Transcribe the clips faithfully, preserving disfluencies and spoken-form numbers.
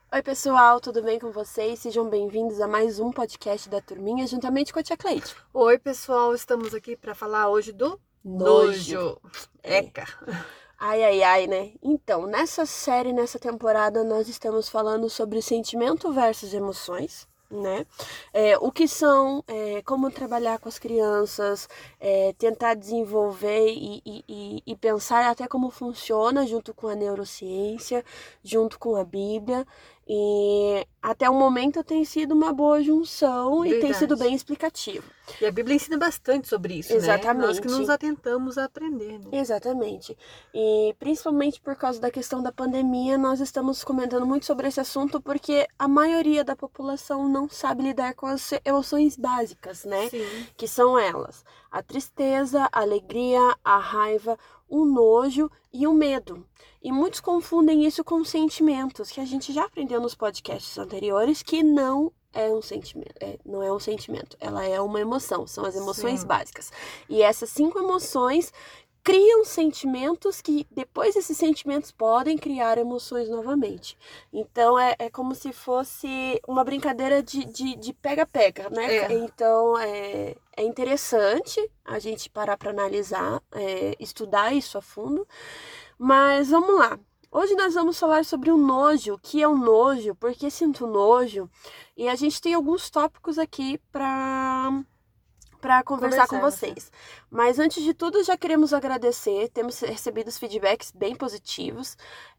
Oi pessoal, tudo bem com vocês? Sejam bem-vindos a mais um podcast da Turminha, juntamente com a tia Cleide. Oi pessoal, estamos aqui para falar hoje do Nojo. nojo. É. Eca. Ai, ai, ai, né? Então, nessa série, nessa temporada, nós estamos falando sobre sentimento versus emoções, né? É, o que são, é, como trabalhar com as crianças, é, tentar desenvolver e, e, e, e pensar até como funciona junto com a neurociência, junto com a Bíblia. E até o momento tem sido uma boa junção e tem sido Verdade. bem explicativo. E a Bíblia ensina bastante sobre isso, Exatamente. né? Nós que nos atentamos a aprender, né? Exatamente. E principalmente por causa da questão da pandemia, nós estamos comentando muito sobre esse assunto porque a maioria da população não sabe lidar com as emoções básicas, né? Sim. Que são elas: a tristeza, a alegria, a raiva, o nojo e o medo. E muitos confundem isso com sentimentos, que a gente já aprendeu nos podcasts anteriores, que não é um sentimento, é, não é um sentimento, ela é uma emoção, são as emoções Sim. básicas. E essas cinco emoções criam sentimentos que depois esses sentimentos podem criar emoções novamente. Então é, é como se fosse uma brincadeira de de, de pega-pega, né? É. Então é, é interessante a gente parar para analisar, é, estudar isso a fundo. Mas vamos lá. Hoje nós vamos falar sobre o nojo, o que é o nojo, por que sinto nojo, e a gente tem alguns tópicos aqui para para conversar, conversar com vocês. Mas antes de tudo, já queremos agradecer, temos recebido feedbacks bem positivos.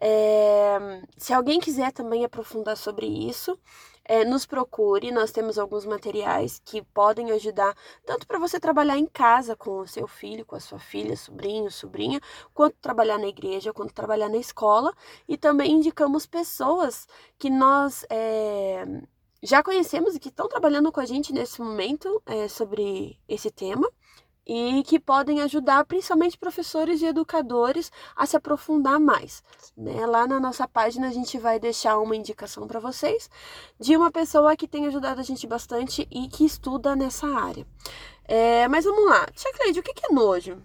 É, se alguém quiser também aprofundar sobre isso, é, nos procure, nós temos alguns materiais que podem ajudar tanto para você trabalhar em casa com o seu filho, com a sua filha, sobrinho, sobrinha, quanto trabalhar na igreja, quanto trabalhar na escola, e também indicamos pessoas que nós é, já conhecemos e que estão trabalhando com a gente nesse momento é, sobre esse tema e que podem ajudar principalmente professores e educadores a se aprofundar mais, né? Lá na nossa página a gente vai deixar uma indicação para vocês de uma pessoa que tem ajudado a gente bastante e que estuda nessa área. É, mas vamos lá, tia Cleide, o que é nojo?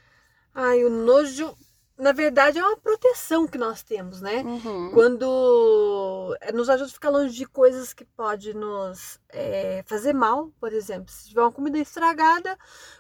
Ai, o nojo, na verdade, é uma proteção que nós temos, né? Uhum. Quando nos ajuda a ficar longe de coisas que podem nos é, fazer mal, por exemplo, se tiver uma comida estragada,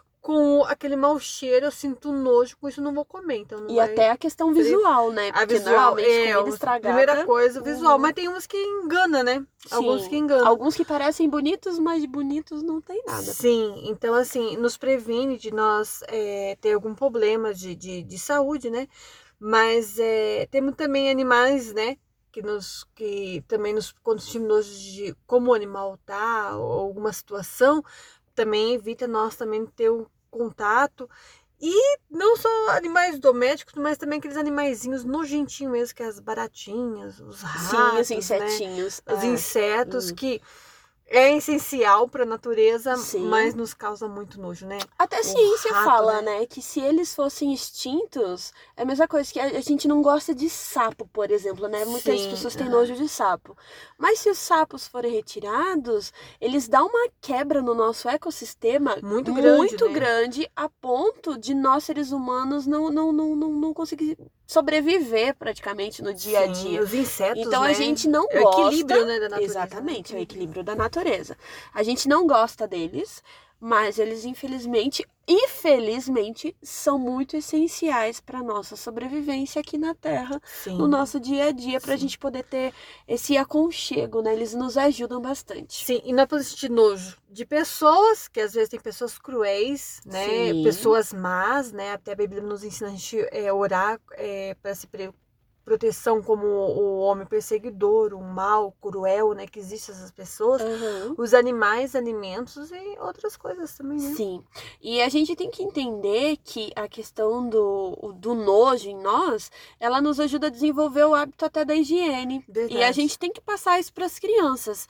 com aquele mau cheiro, eu sinto nojo, com isso eu não vou comer. Então não E vai... até a questão visual, né? A Porque visual normalmente é comida a estragada... primeira coisa, o visual. Uhum. Mas tem uns que engana, né? Sim, alguns que enganam. Alguns que parecem bonitos, mas bonitos não tem nada. Sim, então assim, nos previne de nós é, ter algum problema de, de, de saúde, né? Mas é, temos também animais, né? Que, nos, que também nos sentimos de como o animal tá, ou alguma situação, também evita nós também ter o contato. E não só animais domésticos, mas também aqueles animaizinhos nojentinhos mesmo, que é as baratinhas, os ratos, Sim, os insetinhos. Né? Os é. insetos hum. que é essencial para a natureza, Sim. mas nos causa muito nojo, né? Até a O ciência rato, fala, né? né, que se eles fossem extintos, é a mesma coisa que a a gente não gosta de sapo, por exemplo, né? Muitas Sim, pessoas têm aham. nojo de sapo. Mas se os sapos forem retirados, eles dão uma quebra no nosso ecossistema Muito grande, muito né? grande, a ponto de nós, seres humanos, não, não, não, não, não conseguir sobreviver praticamente no dia a Sim, dia. os insetos, Então né? a gente não É o gosta. equilíbrio, né, da natureza. Exatamente, é o Né? equilíbrio da natureza. A gente não gosta deles, mas eles infelizmente e felizmente são muito essenciais para nossa sobrevivência aqui na Terra, Sim. no nosso dia a dia, para a Sim. gente poder ter esse aconchego, né? Eles nos ajudam bastante. Sim, e não é para sentir nojo de pessoas, que às vezes tem pessoas cruéis, né? Sim. Pessoas más, né? Até a Bíblia nos ensina a gente é, orar é, para se pre proteção como o homem perseguidor, o mal, cruel, né? Que existem essas pessoas. Uhum. Os animais, alimentos e outras coisas também, né? Sim, e a gente tem que entender que a questão do, do nojo em nós, ela nos ajuda a desenvolver o hábito até da higiene. Verdade. E a gente tem que passar isso para as crianças.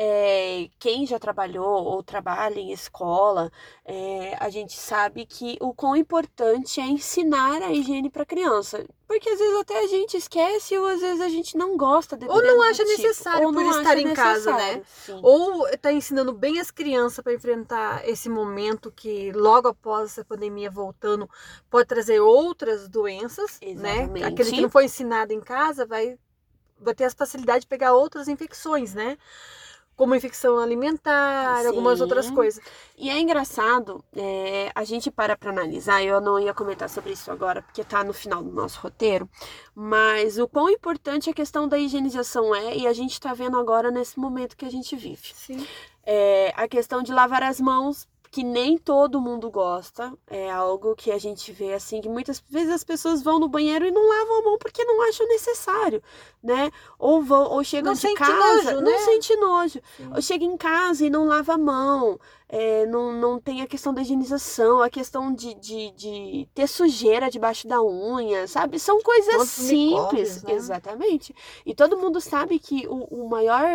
É, quem já trabalhou ou trabalha em escola, é, a gente sabe que o quão importante é ensinar a higiene para a criança. Porque às vezes até a gente esquece ou às vezes a gente não gosta. Ou não acha tipo, necessário ou por não estar acha em casa, necessário. né? Sim. Ou está ensinando bem as crianças para enfrentar esse momento que logo após essa pandemia voltando pode trazer outras doenças, Exatamente. né? Aquele que não foi ensinado em casa vai vai ter a facilidade de pegar outras infecções, né? Como infecção alimentar, Sim. algumas outras coisas. E é engraçado, é, a gente para para analisar, eu não ia comentar sobre isso agora, porque tá no final do nosso roteiro, mas o quão importante a questão da higienização é, e a gente tá vendo agora nesse momento que a gente vive. Sim. É, a questão de lavar as mãos, que nem todo mundo gosta, é algo que a gente vê assim, que muitas vezes as pessoas vão no banheiro e não lavam a mão porque não acham necessário, né? Ou vão, ou chegam Não de sente casa, nojo, não né? sente nojo, Sim. ou chega em casa e não lava a mão, é, não, não tem a questão da higienização, a questão de, de, de ter sujeira debaixo da unha, sabe? São coisas Quantos simples, micróbios, né? exatamente. E todo mundo sabe que o, o maior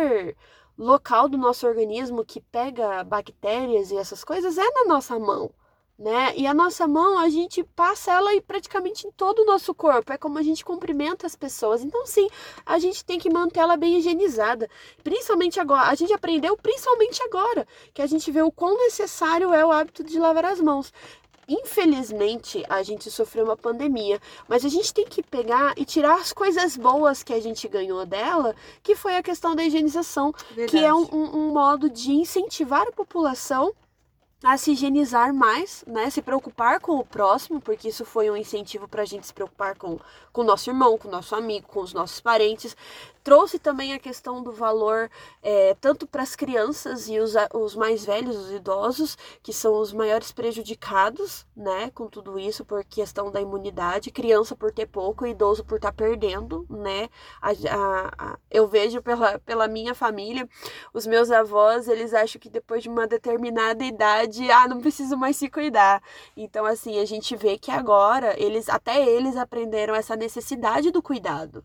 local do nosso organismo que pega bactérias e essas coisas é na nossa mão, né? E a nossa mão, a gente passa ela aí praticamente em todo o nosso corpo, é como a gente cumprimenta as pessoas. Então, sim, a gente tem que manter ela bem higienizada, principalmente agora. A gente aprendeu principalmente agora, que a gente vê o quão necessário é o hábito de lavar as mãos. Infelizmente, a gente sofreu uma pandemia, mas a gente tem que pegar e tirar as coisas boas que a gente ganhou dela, que foi a questão da higienização, Verdade. que é um, um, um modo de incentivar a população a se higienizar mais, né? Se preocupar com o próximo, porque isso foi um incentivo para a gente se preocupar com o nosso irmão, com o nosso amigo, com os nossos parentes. Trouxe também a questão do valor, é, tanto para as crianças e os, os mais velhos, os idosos, que são os maiores prejudicados, né, com tudo isso, por questão da imunidade. Criança por ter pouco, idoso por estar perdendo, né. A, a, a, eu vejo pela, pela minha família, os meus avós, eles acham que depois de uma determinada idade, ah, não preciso mais se cuidar. Então, assim, a gente vê que agora, eles até eles aprenderam essa necessidade do cuidado.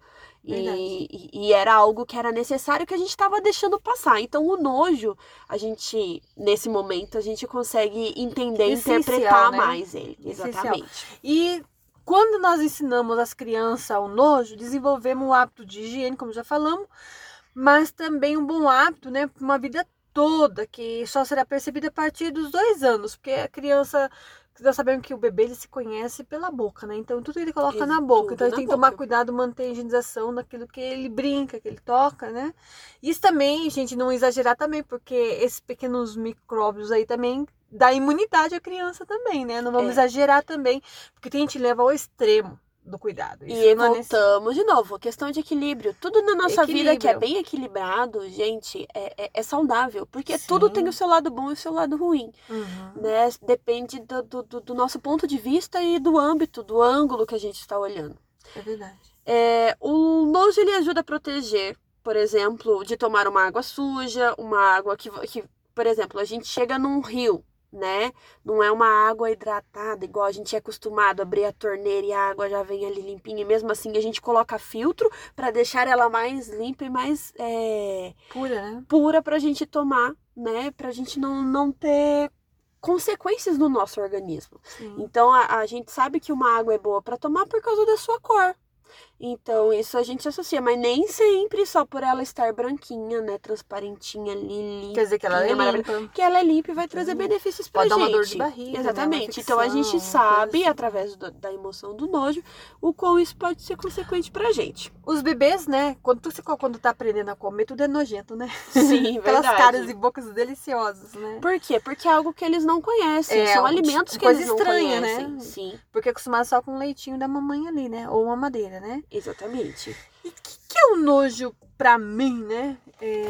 E, e, e era algo que era necessário, que a gente estava deixando passar. Então, o nojo, a gente, nesse momento, a gente consegue entender e interpretar, né, mais ele. Exatamente. Essencial. E quando nós ensinamos as crianças o nojo, desenvolvemos o hábito de higiene, como já falamos, mas também um bom hábito, né, para uma vida toda, que só será percebida a partir dos dois anos, porque a criança... Nós sabemos que o bebê, ele se conhece pela boca, né? Então, tudo ele coloca Ele, na boca. Então, ele tem que boca. tomar cuidado, manter a higienização naquilo que ele brinca, que ele toca, né? Isso também, gente, não exagerar também, porque esses pequenos micróbios aí também dá imunidade à criança também, né? Não vamos é. exagerar também, porque tem gente que leva ao extremo do cuidado. Isso e voltamos de novo, a questão de equilíbrio. Tudo na nossa equilíbrio. vida que é bem equilibrado, gente, é, é, é saudável. Porque Sim. tudo tem o seu lado bom e o seu lado ruim. Uhum. Né? Depende do, do, do nosso ponto de vista e do âmbito, do ângulo que a gente está olhando. É verdade. É, o nojo, ele ajuda a proteger, por exemplo, de tomar uma água suja, uma água que, que por exemplo, a gente chega num rio, né? Não é uma água hidratada, igual a gente é acostumado a abrir a torneira e a água já vem ali limpinha. E mesmo assim a gente coloca filtro para deixar ela mais limpa e mais é, pura, né? Pura pra gente tomar, né? Pra gente não, não ter consequências no nosso organismo. Sim. Então a, a gente sabe que uma água é boa para tomar por causa da sua cor. Então, isso a gente associa, mas nem sempre só por ela estar branquinha, né, transparentinha ali, limpa. Quer dizer que ela é limpa. Que ela é limpa e vai trazer Sim. benefícios pra Pode gente. dar uma dor de barriga, Exatamente. Né, então, a gente sabe, assim. através do, da emoção do nojo, o quão isso pode ser consequente pra gente. Os bebês, né, quando tu quando tá aprendendo a comer, tudo é nojento, né? Sim, Aquelas verdade. caras e bocas deliciosas, né? Por quê? Porque é algo que eles não conhecem. É, São alimentos que coisa eles estranha, não conhecem. Né? Sim. Porque é acostumado só com o leitinho da mamãe ali, né? Ou mamadeira, né? Exatamente. E o que, que é o nojo pra mim, né?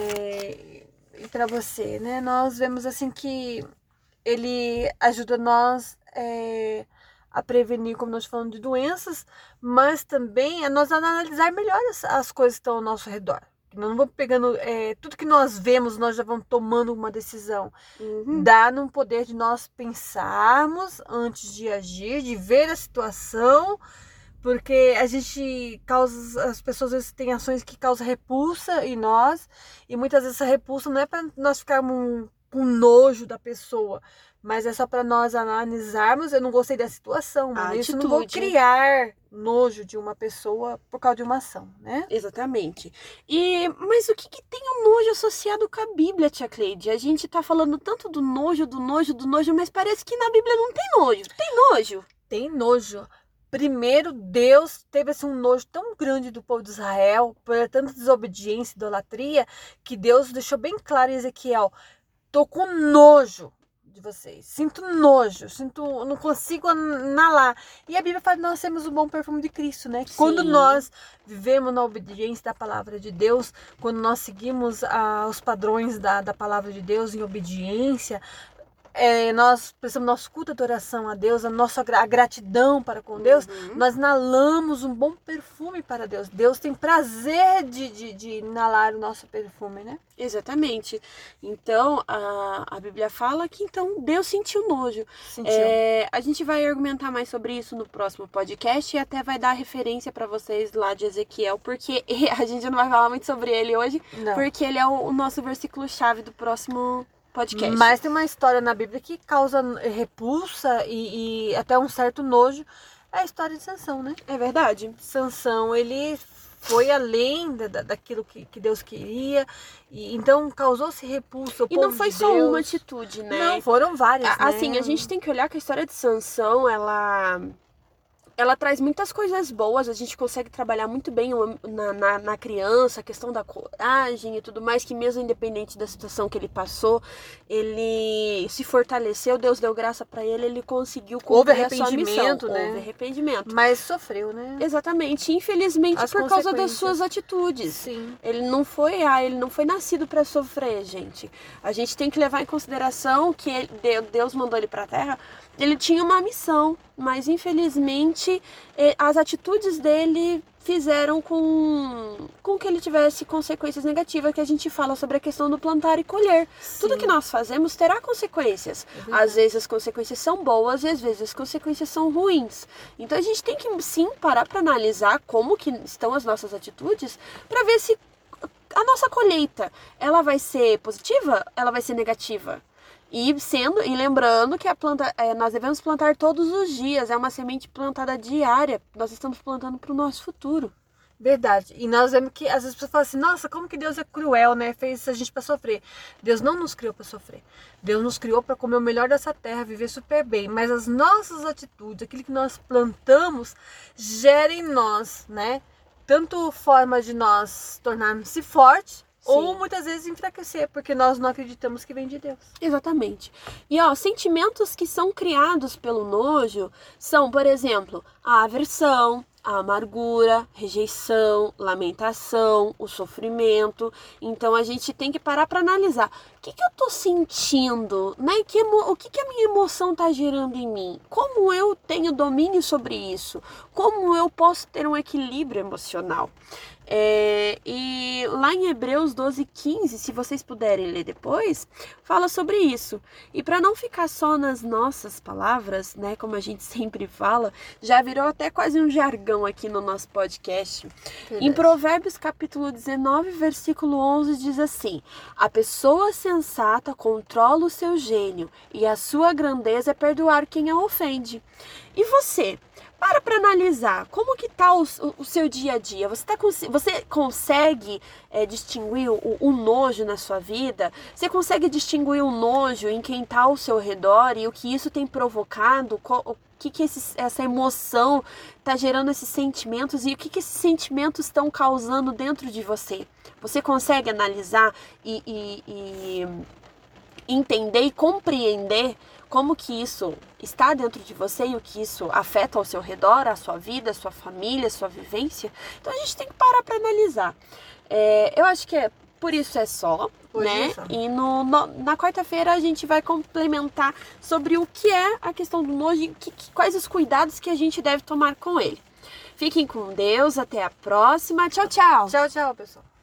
É... E pra você, né? Nós vemos assim que ele ajuda nós é... a prevenir, como nós falamos, de doenças, mas também a nós analisar melhor as, as coisas que estão ao nosso redor. Nós não vamos pegando é, tudo que nós vemos, nós já vamos tomando uma decisão. Uhum. Dá no poder de nós pensarmos antes de agir, de ver a situação, porque a gente causa, as pessoas às vezes têm ações que causam repulsa em nós, e muitas vezes essa repulsa não é para nós ficarmos com nojo da pessoa, mas é só para nós analisarmos. Eu não gostei da situação, mas a isso atitude. Não vou criar nojo de uma pessoa por causa de uma ação, né? Exatamente. E, mas o que, que tem o nojo associado com a Bíblia, tia Cleide? A gente tá falando tanto do nojo, do nojo, do nojo, mas parece que na Bíblia não tem nojo. Tem nojo? Tem nojo. primeiro, Deus teve assim, um nojo tão grande do povo de Israel, por tanta desobediência e idolatria, que Deus deixou bem claro em Ezequiel: tô com nojo de vocês, sinto nojo, sinto, não consigo inalar. E a Bíblia fala que nós temos o bom perfume de Cristo, né? Sim. Quando nós vivemos na obediência da palavra de Deus, quando nós seguimos ah, os padrões da, da palavra de Deus em obediência, É, nós prestamos nosso culto, adoração a Deus, a nossa a gratidão para com Deus, Uhum. nós inalamos um bom perfume para Deus. Deus tem prazer de, de, de inalar o nosso perfume, né? Exatamente. Então, a, a Bíblia fala que então Deus sentiu nojo. Sentiu. É, a gente vai argumentar mais sobre isso no próximo podcast e até vai dar referência para vocês lá de Ezequiel, porque a gente não vai falar muito sobre ele hoje, Não. porque ele é o, o nosso versículo-chave do próximo podcast. Mas tem uma história na Bíblia que causa repulsa e, e até um certo nojo. É a história de Sansão, né? É verdade. Sansão, ele foi além da, daquilo que, que Deus queria, e então causou-se repulsa. O E povo não foi de só Deus. uma atitude, né? Não, foram várias, A- né? Assim, a gente tem que olhar que a história de Sansão, ela... ela traz muitas coisas boas, a gente consegue trabalhar muito bem na, na, na criança, a questão da coragem e tudo mais, que mesmo independente da situação que ele passou, ele se fortaleceu, Deus deu graça pra ele, ele conseguiu Houve cumprir a sua missão. arrependimento, né? Houve arrependimento. Mas sofreu, né? Exatamente, infelizmente As por causa das consequências. suas atitudes. Sim. Ele não foi, ah, ele não foi nascido pra sofrer, gente. A gente tem que levar em consideração que ele, Deus mandou ele pra terra, ele tinha uma missão, mas infelizmente as atitudes dele fizeram com, com que ele tivesse consequências negativas, que a gente fala sobre a questão do plantar e colher. Sim. Tudo que nós fazemos terá consequências. É Às vezes as consequências são boas e às vezes as consequências são ruins. Então a gente tem que sim parar para analisar como que estão as nossas atitudes para ver se a nossa colheita ela vai ser positiva, ela vai ser negativa. E sendo e lembrando que a planta é, nós devemos plantar todos os dias, é uma semente plantada diária. Nós estamos plantando para o nosso futuro. Verdade. E nós vemos que às vezes as pessoas falam assim: nossa, como que Deus é cruel, né? Fez a gente para sofrer. Deus não nos criou para sofrer. Deus nos criou para comer o melhor dessa terra, viver super bem. Mas as nossas atitudes, aquilo que nós plantamos, gera em nós, né? Tanto forma de nós tornarmos-se fortes, ou muitas vezes enfraquecer, porque nós não acreditamos que vem de Deus. Exatamente. E ó, sentimentos que são criados pelo nojo são, por exemplo, a aversão, a amargura, rejeição, lamentação, o sofrimento. Então a gente tem que parar para analisar. O que, que eu tô sentindo? Né? Que emo... O que, que a minha emoção tá gerando em mim? Como eu tenho domínio sobre isso? Como eu posso ter um equilíbrio emocional? É, e lá em Hebreus doze, quinze, se vocês puderem ler depois, fala sobre isso. E para não ficar só nas nossas palavras, né, como a gente sempre fala, já virou até quase um jargão aqui no nosso podcast. Verdade. Em Provérbios capítulo dezenove, versículo onze, diz assim: a pessoa sensata controla o seu gênio e a sua grandeza é perdoar quem a ofende. E você? Para para analisar como que tá o, o seu dia a dia. Você, tá, você consegue é, distinguir o, o nojo na sua vida? Você consegue distinguir o nojo em quem está ao seu redor e o que isso tem provocado? O que, que esse, essa emoção está gerando esses sentimentos e o que, que esses sentimentos estão causando dentro de você? Você consegue analisar e, e, e entender e compreender como que isso está dentro de você e o que isso afeta ao seu redor, a sua vida, a sua família, a sua vivência? Então a gente tem que parar para analisar. É, eu acho que é, por isso é só, Hoje né? é só. E no, no, na quarta-feira a gente vai complementar sobre o que é a questão do nojo e que, que, quais os cuidados que a gente deve tomar com ele. Fiquem com Deus, até a próxima. Tchau, tchau! Tchau, tchau, pessoal.